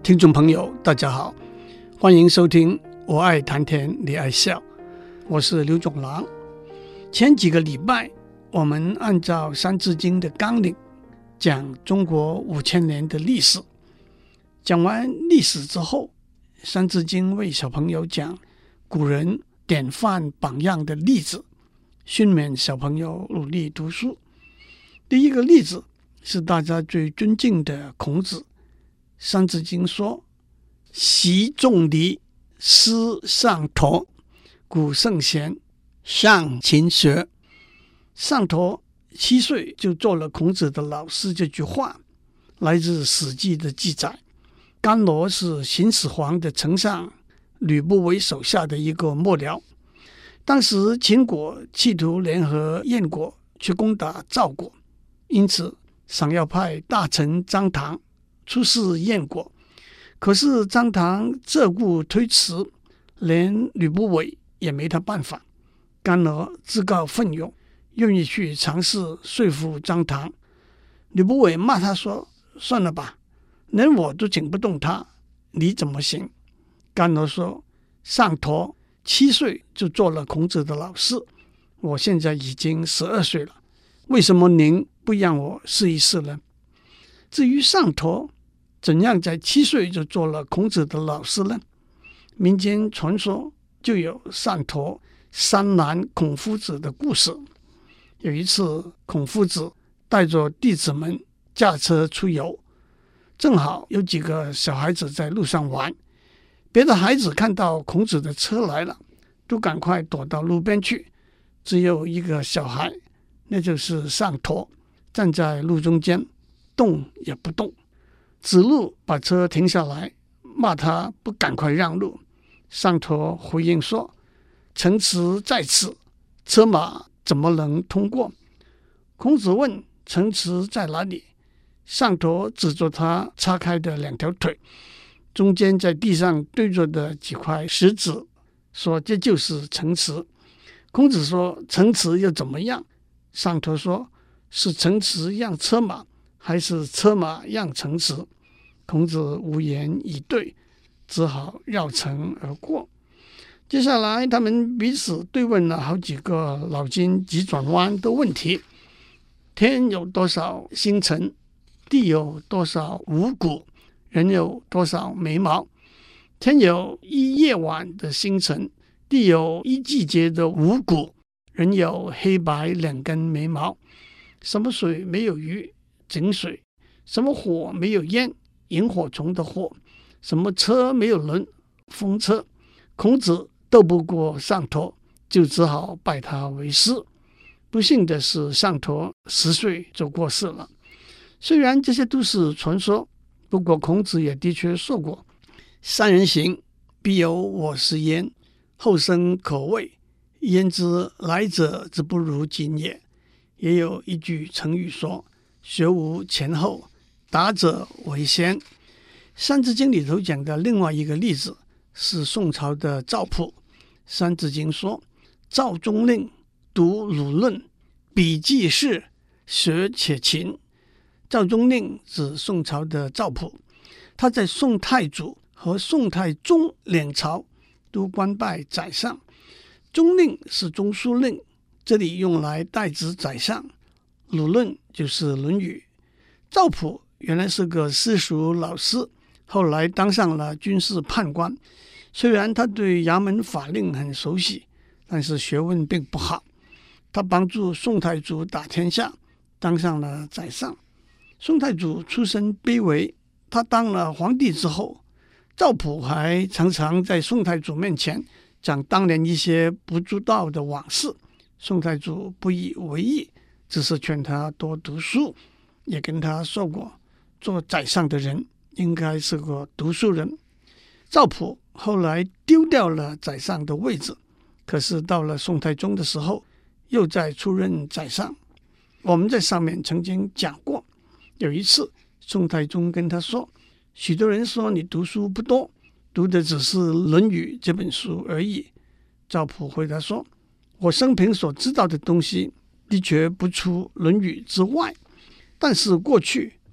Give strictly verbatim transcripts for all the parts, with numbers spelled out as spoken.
听众朋友大家好，欢迎收听我爱谈天你爱笑，我是刘总郎。前几个礼拜我们按照三字经的纲领讲中国五千年的历史，讲完历史之后，三字经为小朋友讲古人典范榜样的例子，训勉小朋友努力读书。第一个例子是大家最尊敬的孔子。三字经说：习仲离，师尚陀，古圣贤，上勤学。尚陀七岁就做了孔子的老师，这句话来自《史记》的记载。甘罗是秦始皇的丞相吕不韦手下的一个幕僚。当时秦国企图联合燕国去攻打赵国，因此想要派大臣张唐出使燕国，可是张唐这顾推辞，连吕不韦也没他办法。甘罗自告奋勇，愿意去尝试说服张唐。吕不韦骂他说：算了吧，连我都请不动他，你怎么行？甘罗说：尚陀七岁就做了孔子的老师，我现在已经十二岁了，为什么您不让我试一试呢？至于尚陀怎样在七岁就做了孔子的老师呢？民间传说就有尚陀三难孔夫子的故事。有一次，孔夫子带着弟子们驾车出游，正好有几个小孩子在路上玩，别的孩子看到孔子的车来了，都赶快躲到路边去，只有一个小孩，那就是尚陀，站在路中间，动也不动。子路把车停下来，骂他不赶快让路。尚陀回应说：城池在此，车马怎么能通过？孔子问：城池在哪里？尚陀指着他叉开的两条腿，中间在地上堆着的几块石子，说这就是城池。孔子说：城池又怎么样？尚陀说：是城池让车马，还是车马让城池？孔子无言以对，只好绕城而过。接下来他们彼此对问了好几个脑筋急转弯的问题：天有多少星辰？地有多少五谷？人有多少眉毛？天有一夜晚的星辰，地有一季节的五谷，人有黑白两根眉毛。什么水没有鱼？井水。什么火没有烟？萤火虫的火。什么车没有轮？风车。孔子斗不过尚陀，就只好拜他为师。不幸的是，尚陀十岁就过世了。虽然这些都是传说，不过孔子也的确说过：三人行，必有我师焉，后生可畏，焉知来者之不如今也。也有一句成语说：学无前后，达者为先。三字经里头讲的另外一个例子是宋朝的赵普。三字经说：赵中令读鲁论，笔记事，学且勤。赵中令指宋朝的赵普，他在宋太祖和宋太宗两朝都官拜宰相。中令是中书令，这里用来代指宰相。鲁论就是《论语》。赵普原来是个私塾老师，后来当上了军事判官。虽然他对衙门法令很熟悉，但是学问并不好。他帮助宋太祖打天下，当上了宰相。宋太祖出身卑微，他当了皇帝之后，赵普还常常在宋太祖面前讲当年一些不知道的往事。宋太祖不以为意，只是劝他多读书，也跟他说过，做宰相的人应该是个读书人。赵普后来丢掉了宰相的位置，可是到了宋太宗的时候，又再出任宰相。我们在上面曾经讲过，有一次宋太宗跟他说：许多人说你读书不多，读的只是《论语》这本书而已。赵普回答说：我生平所知道的东西的确不出《论语》之外，但是过去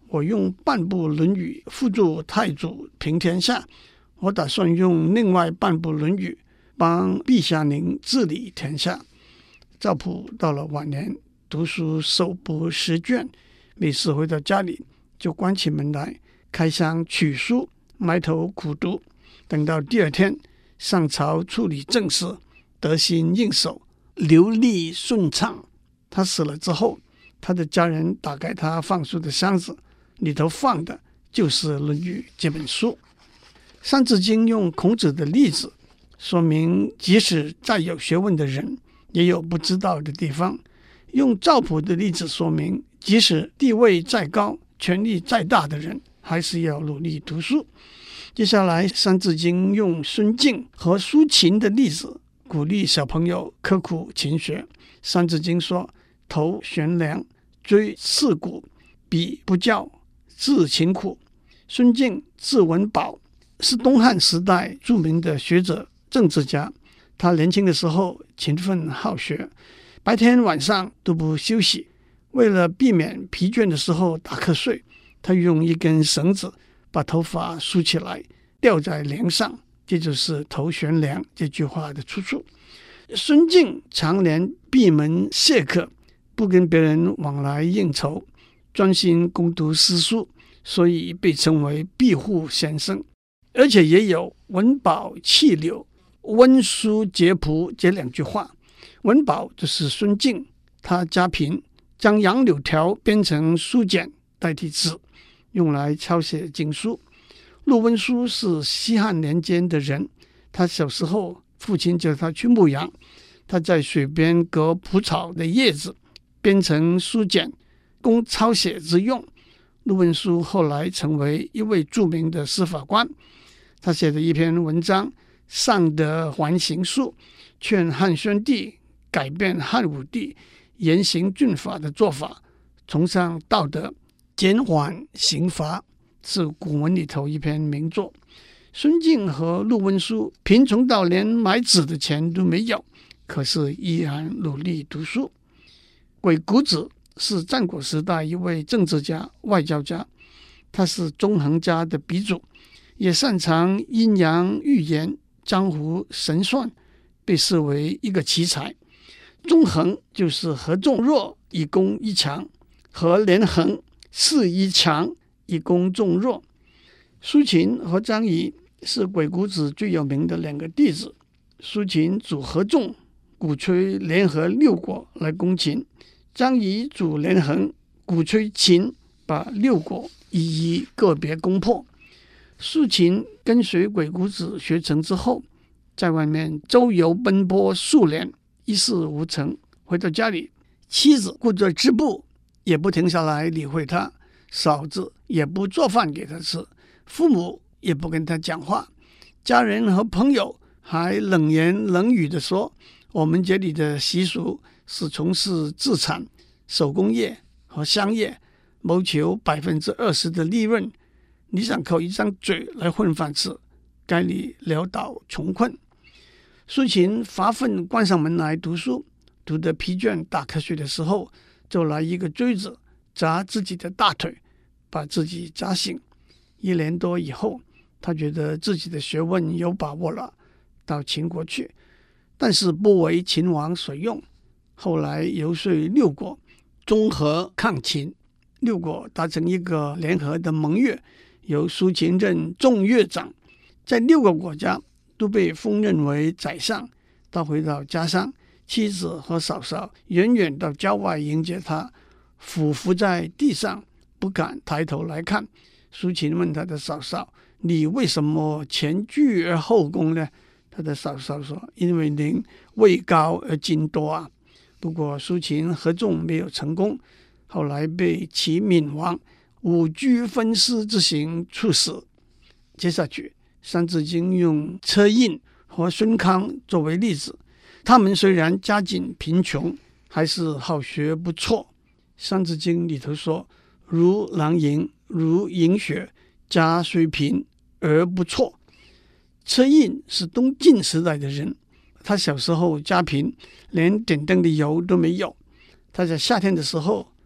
我用半部《论语》辅助太祖平天下，我打算用另外半部《论语》帮陛下您治理天下。赵普到了晚年，读书手不释卷，每次回到家里就关起门来，开箱取书，埋头苦读。等到第二天上朝处理政事，得心应手，流利顺畅。他死了之后，他的家人打开他放书的箱子，里头放的就是《论语》这本书。三字经用孔子的例子说明，即使再有学问的人，也有不知道的地方；用赵普的例子说明，即使地位再高、权力再大的人，还是要努力读书。接下来，三字经用孙敬和苏秦的例子鼓励小朋友刻苦勤学。三字经说：“头悬梁，锥刺股，彼不教，自勤苦。”孙敬字文宝，是东汉时代著名的学者、政治家。他年轻的时候勤奋好学，白天晚上都不休息。为了避免疲倦的时候打瞌睡，他用一根绳子把头发梳起来，吊在梁上，这就是头悬梁这句话的出处。孙敬常年闭门谢客，不跟别人往来应酬，专心攻读诗书，所以被称为闭户先生。而且也有文宝气柳，温书节朴这两句话。文宝就是孙敬，他家贫，将杨柳条编成书简代替纸，用来抄写经书。陆温书是西汉年间的人，他小时候父亲叫他去牧羊，他在水边割蒲草的叶子，编成书简，供抄写之用。陆温书后来成为一位著名的司法官，他写的一篇文章《上德还刑术》，劝汉宣帝改变汉武帝严刑峻法的做法，崇尚道德，减缓刑罚，是古文里头一篇名作。孙敬和陆温书贫穷到连买纸的钱都没有，可是依然努力读书。鬼谷子是战国时代一位政治家、外交家，他是纵横家的鼻祖，也擅长阴阳预言、江湖神算，被视为一个奇才。纵横就是合众弱以攻一强，和连横势一强以攻众弱。苏秦和张仪是鬼谷子最有名的两个弟子。苏秦主合众，鼓吹联合六国来攻秦；张仪主连横，鼓吹秦把六国一一个别攻破。苏秦跟随鬼谷子学成之后，在外面周游奔波数年，一事无成。回到家里，妻子顾着织布，也不停下来理会他；嫂子也不做饭给他吃，父母也不跟他讲话，家人和朋友还冷言冷语地说，我们这里的习俗是从事制产、手工业和商业，谋求百分之二十的利润。你想靠一张嘴来混饭吃，该你潦倒穷困。苏秦发奋关上门来读书，读得疲倦打瞌睡的时候，就来一个锥子砸自己的大腿，把自己砸醒。一年多以后，他觉得自己的学问有把握了，到秦国去，但是不为秦王所用。后来游说六国综合抗秦，六国达成一个联合的盟约，由苏秦任众乐长，在六个国家都被封任为宰相。他回到家乡，妻子和嫂嫂远远到郊外迎接他，俯伏在地上，不敢抬头来看。苏秦问他的嫂嫂，你为什么前倨而后恭呢？他的嫂嫂说，因为您位高而金多啊。不过苏秦合纵没有成功，后来被齐闵王五车分尸之刑处死。接下去三字经用车胤和孙康作为例子，他们虽然家境贫穷，还是好学不错。三字经里头说，如囊萤，如饮血，家虽贫而不辍。车胤是东晋时代的人，他小时候家贫，连点灯的油都没有。他在夏天的时候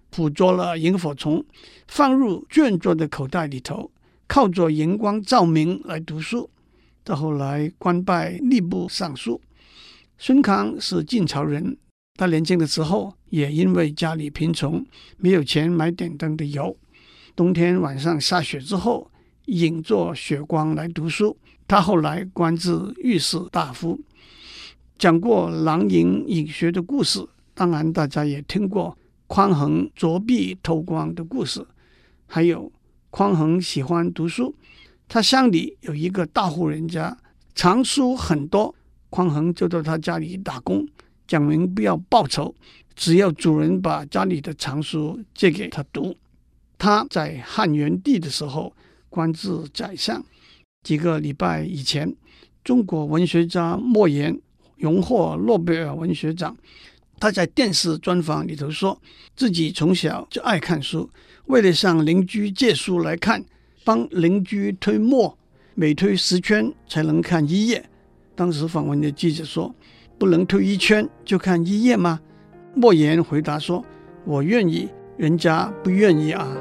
捕捉了萤火虫，放入卷作的口袋里头，靠着荧光照明来读书。到后来官拜吏部尚书。孙康是晋朝人，他年轻的时候也因为家里贫穷，没有钱买点灯的油，冬天晚上下雪之后，引着雪光来读书。他后来官至御史大夫。讲过郎萤隐学的故事，当然大家也听过匡衡凿壁偷光的故事，还有匡衡喜欢读书，他乡里有一个大户人家，藏书很多，匡衡就到他家里打工，讲明不要报酬，只要主人把家里的藏书借给他读。他在汉元帝的时候官至宰相。几个礼拜以前，中国文学家莫言荣获诺贝尔文学奖。他在电视专访里头说，自己从小就爱看书，为了向邻居借书来看，帮邻居推磨，每推十圈才能看一页。当时访问的记者说，不能推一圈就看一页吗？莫言回答说，我愿意，人家不愿意啊。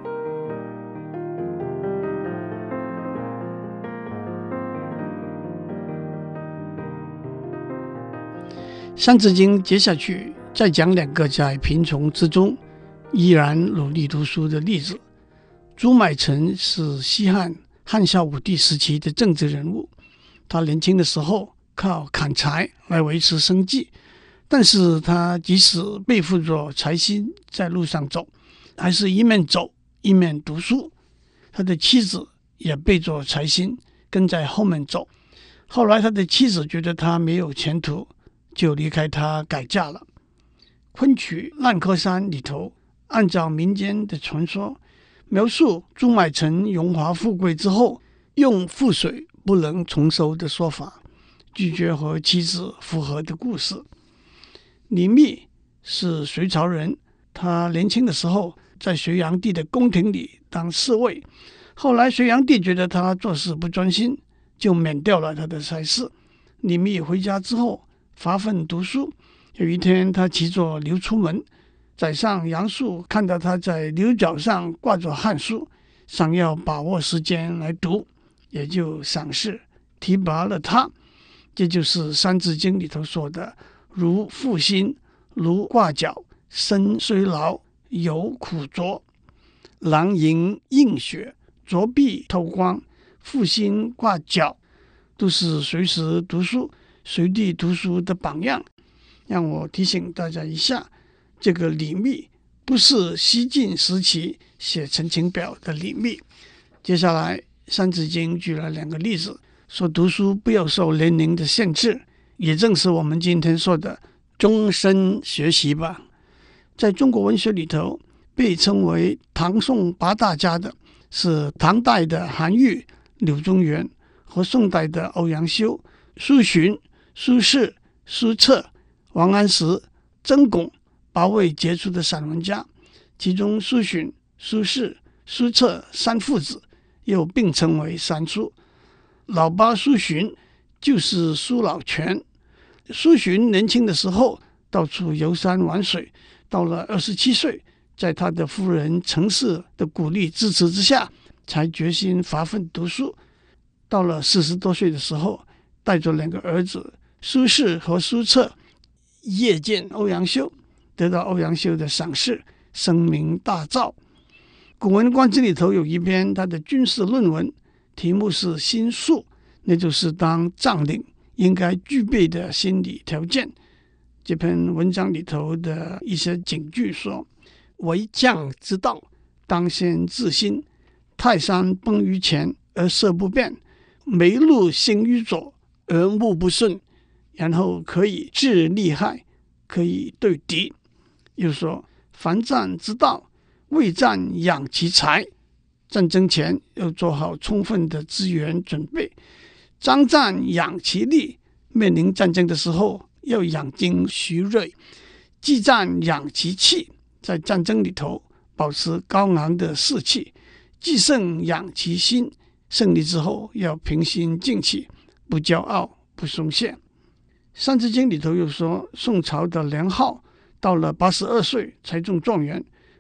三字经接下去再讲两个在贫穷之中依然努力读书的例子。朱买臣是西汉汉孝武帝时期的政治人物，他年轻的时候靠砍柴来维持生计，但是他即使背负着柴薪在路上走，还是一面走一面读书。他的妻子也背着柴薪跟在后面走，后来他的妻子觉得他没有前途，就离开他改嫁了。昆曲《烂柯山》里头，按照民间的传说，描述朱买臣荣华富贵之后，用覆水不能重收的说法，拒绝和妻子复合的故事。李密是隋朝人，他年轻的时候在隋炀帝的宫廷里当侍卫，后来隋炀帝觉得他做事不专心，就免掉了他的差事。李密回家之后发奋读书，有一天他骑着牛出门，宰相杨素看到他在牛角上挂着汉书，想要把握时间来读，也就赏识提拔了他。这就是三字经里头说的，如负薪，如挂角，身虽劳，犹苦卓。郎萤映雪，凿壁偷光，负薪挂角，都是随时读书随地读书的榜样。让我提醒大家一下，这个李密不是西晋时期写陈情表的李密。接下来三字经举了两个例子，说读书不要受年龄的限制，也正是我们今天说的终身学习吧。在中国文学里头，被称为唐宋八大家的是唐代的韩愈、柳宗元和宋代的欧阳修、苏洵、苏轼、苏辙、王安石、曾巩八位杰出的散文家。其中苏洵、苏轼、苏辙三父子又并称为三苏。老八苏洵就是苏老泉。苏洵年轻的时候到处游山玩水，到了二十七岁，在他的夫人程氏的鼓励支持之下，才决心发奋读书。到了四十多岁的时候，带着两个儿子苏轼和苏辙夜见欧阳修，得到欧阳修的赏识，声名大噪。《古文观止》里头有一篇他的军事论文，题目是心术，那就是当将领应该具备的心理条件。这篇文章里头的一些警句说，为将之道，当先自心，泰山崩于前而色不变，梅露行于左而目不顺，然后可以治利害，可以对敌。又说凡战之道，未战养其才，战争前要做好充分的资源准备；张战养其力，面临战争的时候要养精蓄锐；激战养其气，在战争里头保持高昂的士气；既胜养其心，胜利之后要平心静气，不骄傲不松懈。三字经里头又说，宋朝的梁浩到了八十二岁才中状元，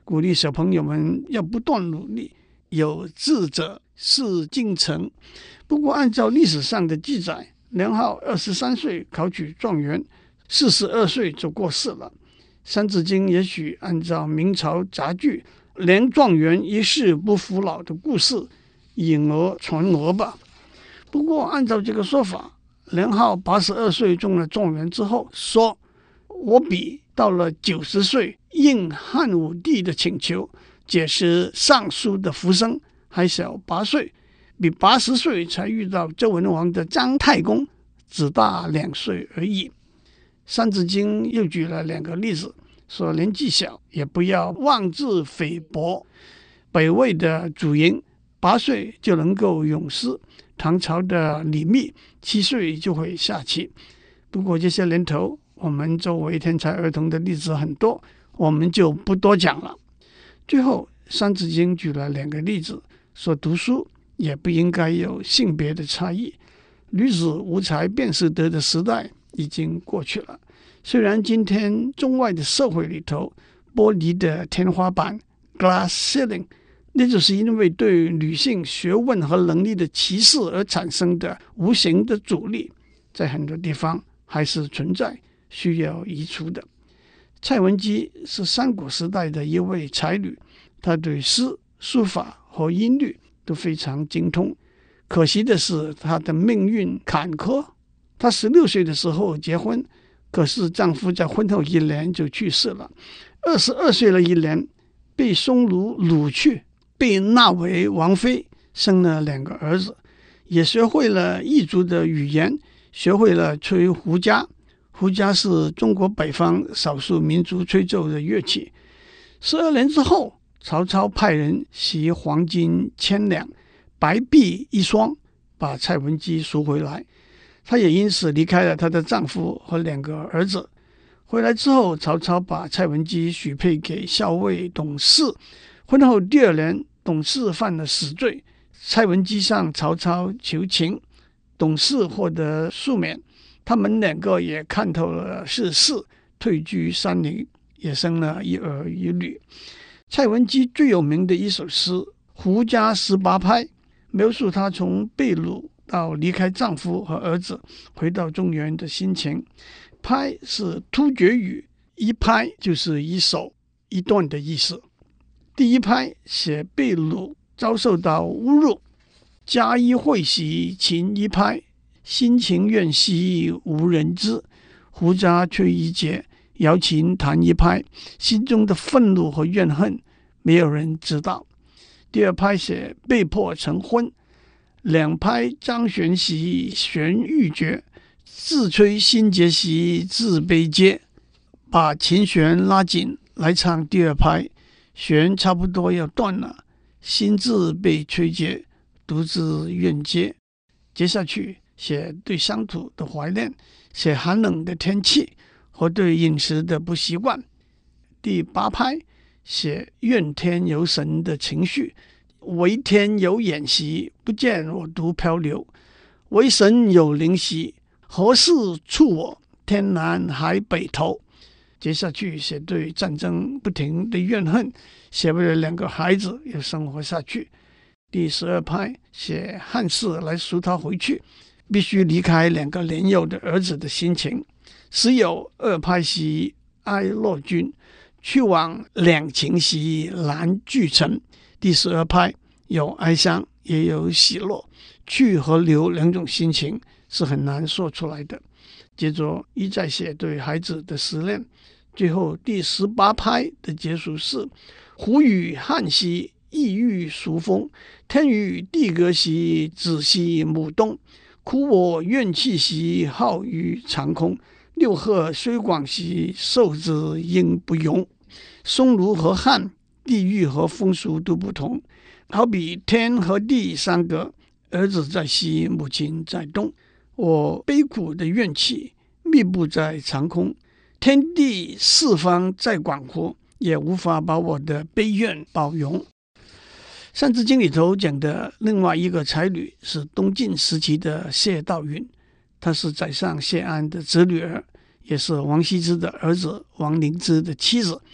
鼓励小朋友们要不断努力，有志者事竟成。不过按照历史上的记载，年浩二十三岁考取状元，四十二岁就过世了。三字经也许按照明朝杂剧连状元一世不服老的故事以讹传讹吧。不过按照这个说法，年浩八十二岁中了状元之后说，我比到了九十岁应汉武帝的请求解释尚书的浮生还小八岁，比八十岁才遇到周文王的张太公只大两岁而已。三字经又举了两个例子，说年纪小也不要妄自菲薄。北魏的祖寅八岁就能够咏诗，唐朝的李密七岁就会下棋。不过这些年头我们作为天才儿童的例子很多，我们就不多讲了。最后三字经举了两个例子，说读书也不应该有性别的差异。女子无才便是德的时代已经过去了。虽然今天中外的社会里头，玻璃的天花板 glass ceiling， 那就是因为对女性学问和能力的歧视而产生的无形的阻力，在很多地方还是存在，需要移除的。蔡文姬是三国时代的一位才女，她对诗、书法和音律都非常精通。可惜的是，她的命运坎坷。她十六岁的时候结婚，可是丈夫在婚后一年就去世了。二十二岁了一年，被匈奴掳去，被纳为王妃，生了两个儿子，也学会了异族的语言，学会了吹胡笳。胡笳是中国北方少数民族吹奏的乐器。十二年之后，曹操派人袭黄金千两，白璧一双，把蔡文姬赎回来。她也因此离开了她的丈夫和两个儿子。回来之后，曹操把蔡文姬许配给校尉董事。婚后第二年，董事犯了死罪，蔡文姬向曹操求情，董事获得赦免。他们两个也看透了世事，退居山林，也生了一儿一女。蔡文姬最有名的一首诗《胡笳十八拍》，描述她从被掳到离开丈夫和儿子，回到中原的心情。拍是突厥语，一拍就是一首一段的意思。第一拍写被掳遭受到侮辱，家衣会席琴一拍，心情怨兮无人知，胡笳吹一节，瑶琴弹一拍，心中的愤怒和怨恨没有人知道。第二拍写被迫成婚，两拍张弦兮弦欲绝，自吹心结兮自悲嗟。把琴弦拉紧来唱第二拍，弦差不多要断了，心智被吹结，独自怨嗟。接下去写对乡土的怀念，写寒冷的天气和对饮食的不习惯。第八拍写怨天尤神的情绪，唯天有眼兮，不见我独漂流；唯神有灵兮，何事触我天南海北头。接下去写对战争不停的怨恨，写为了两个孩子要生活下去。第十二拍写汉室来赎他回去，必须离开两个年幼的儿子的心情。时有二拍兮哀乐君，去往两情兮难俱成。第十二拍有哀伤也有喜乐，去和留两种心情是很难说出来的。接着一再写对孩子的思念。最后第十八拍的结束是：胡语汉兮意欲俗风，天与地隔兮子兮母冬。苦我怨气兮浩于长空，六合虽广兮受之应不容。匈奴和汉，地域和风俗都不同，好比天和地相隔，儿子在西，母亲在东。我悲苦的怨气密布在长空，天地四方再广阔，也无法把我的悲怨包容。三字经里头讲的另外一个才女是东晋时期的谢道韫，她是宰相谢安的侄女儿，也是王羲之的儿子王灵芝的妻子。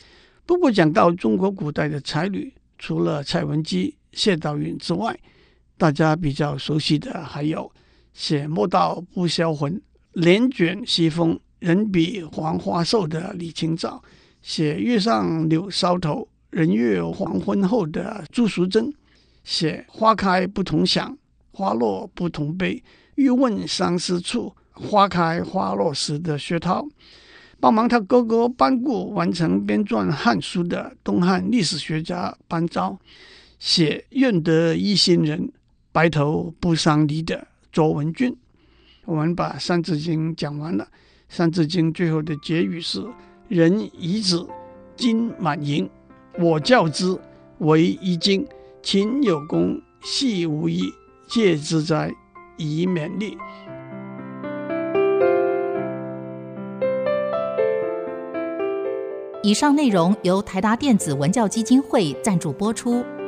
不过讲到中国古代的才女，除了蔡文姬、谢道韫之外，大家比较熟悉的还有写莫道不销魂，帘卷西风，人比黄花瘦的李清照，写月上柳梢头，人月黄昏后的朱淑珍，写花开不同响，花落不同悲，欲问相思处，花开花落时的薛涛，帮忙他哥哥班固完成编撰《汉书》的东汉历史学家班昭，写愿得一心人，白头不相离的卓文君。我们把《三字经》讲完了，《三字经》最后的结语是：人遗子，金满盈，我教之，为一经。勤有功，戏无益，戒之哉，以勉励。 以上内容由台达电子文教基金会赞助播出。